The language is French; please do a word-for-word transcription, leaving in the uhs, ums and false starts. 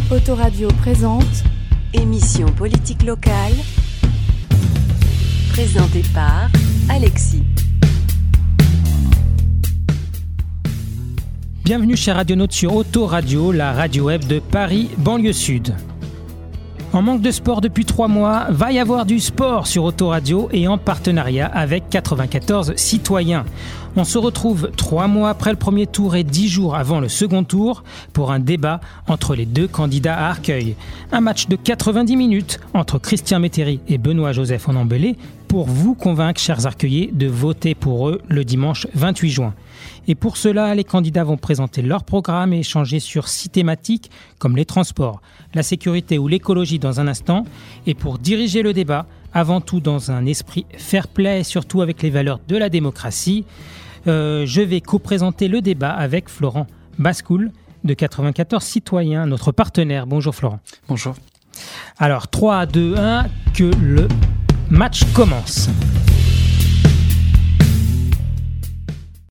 Autoradio présente Émission politique locale, présentée par Alexis. Bienvenue chers radionautes sur Autoradio, la radio web de Paris, banlieue sud. En manque de sport depuis trois mois, va y avoir du sport sur Autoradio et en partenariat avec quatre-vingt-quatorze citoyens. On se retrouve trois mois après le premier tour et dix jours avant le second tour pour un débat entre les deux candidats à Arcueil. Un match de quatre-vingt-dix minutes entre Christian Métairie et Benoît-Joseph Onambélé pour vous convaincre, chers Arcueillais, de voter pour eux le dimanche vingt-huit juin. Et pour cela, les candidats vont présenter leur programme et échanger sur six thématiques comme les transports, la sécurité ou l'écologie dans un instant. Et pour diriger le débat, avant tout dans un esprit fair-play et surtout avec les valeurs de la démocratie, euh, je vais co-présenter le débat avec Florent Bascoul de quatre-vingt-quatorze citoyens, notre partenaire. Bonjour Florent. Bonjour. Alors trois, deux, un, que le match commence.